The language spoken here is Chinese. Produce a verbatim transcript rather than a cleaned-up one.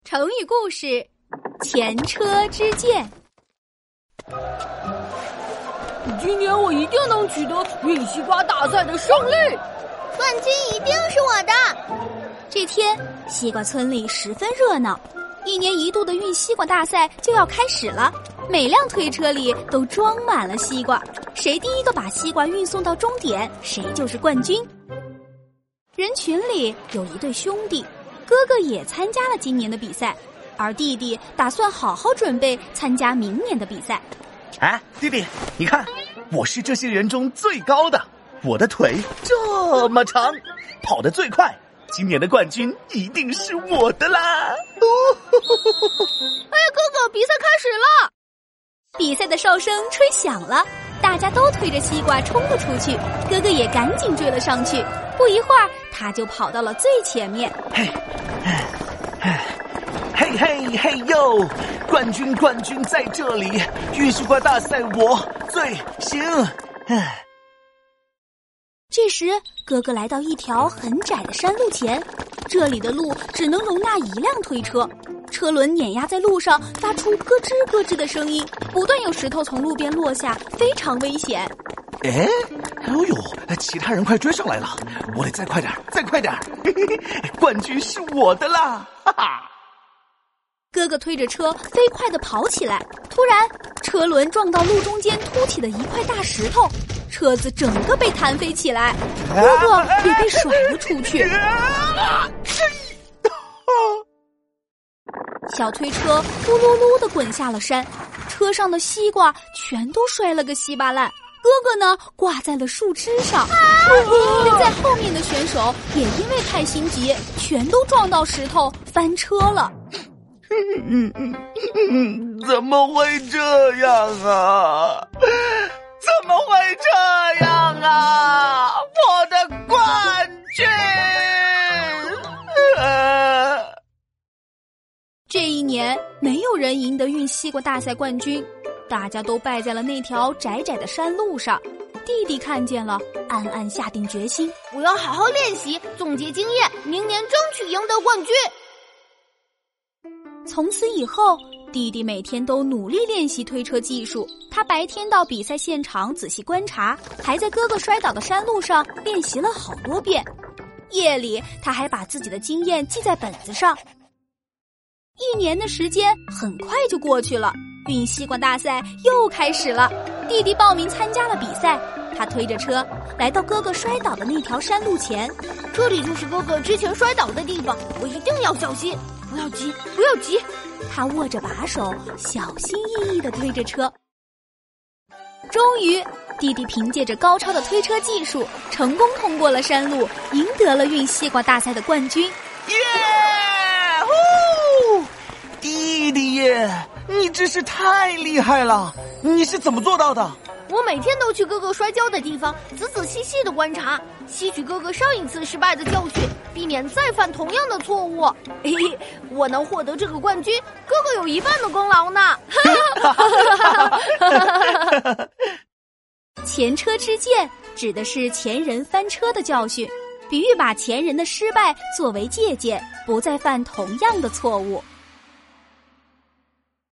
成语故事：前车之鉴。 今年我一定能取得运西瓜大赛的胜利， 冠军一定是我的。 这天，西瓜村里十分热闹，一年一度的运西瓜大赛就要开始了。每辆推车里都装满了西瓜，谁第一个把西瓜运送到终点，谁就是冠军。人群里有一对兄弟，哥哥也参加了今年的比赛，而弟弟打算好好准备参加明年的比赛。 哎，弟弟，你看，我是这些人中最高的，我的腿这么长，跑得最快，今年的冠军一定是我的啦！哦、 哎呀，哥哥，比赛开始了！ 比赛的哨声吹响了，大家都推着西瓜冲了出去，哥哥也赶紧追了上去。不一会儿，他就跑到了最前面。 嘿，嘿嘿嘿呦！冠军冠军在这里，运西瓜大赛我最行。 这时，哥哥来到一条很窄的山路前，这里的路只能容纳一辆推车，车轮碾压在路上，发出咯吱咯吱的声音，不断有石头从路边落下，非常危险。 哎，哦呦，其他人快追上来了，我得再快点，再快点！嘿嘿嘿，冠军是我的啦！哈哈。 哥哥推着车飞快地跑起来，突然车轮撞到路中间凸起的一块大石头，车子整个被弹飞起来，哥哥也被甩了出去。小推车咕噜噜地滚下了山，车上的西瓜全都摔了个稀巴烂，哥哥呢挂在了树枝上。跟在后面的选手也因为太心急，全都撞到石头翻车了。 嗯嗯嗯，怎么会这样啊？怎么会这样啊？我的冠军！啊、 这一年，没有人赢得运西瓜大赛冠军，大家都败在了那条窄窄的山路上。弟弟看见了，暗暗下定决心： 我要好好练习，总结经验，明年争取赢得冠军。 从此以后，弟弟每天都努力练习推车技术。他白天到比赛现场仔细观察，还在哥哥摔倒的山路上练习了好多遍。夜里，他还把自己的经验记在本子上。一年的时间很快就过去了，运西瓜大赛又开始了。弟弟报名参加了比赛，他推着车来到哥哥摔倒的那条山路前。 这里就是哥哥之前摔倒的地方，我一定要小心。不要急，不要急！ 他握着把手，小心翼翼地推着车。终于，弟弟凭借着高超的推车技术，成功通过了山路，赢得了运西瓜大赛的冠军。 耶！呼！弟弟耶，你真是太厉害了！你是怎么做到的？ 我每天都去哥哥摔跤的地方，仔仔细细地观察，吸取哥哥上一次失败的教训，避免再犯同样的错误。嘿嘿，我能获得这个冠军，哥哥有一半的功劳呢。 前车之鉴指的是前人翻车的教训，比喻把前人的失败作为借鉴，不再犯同样的错误。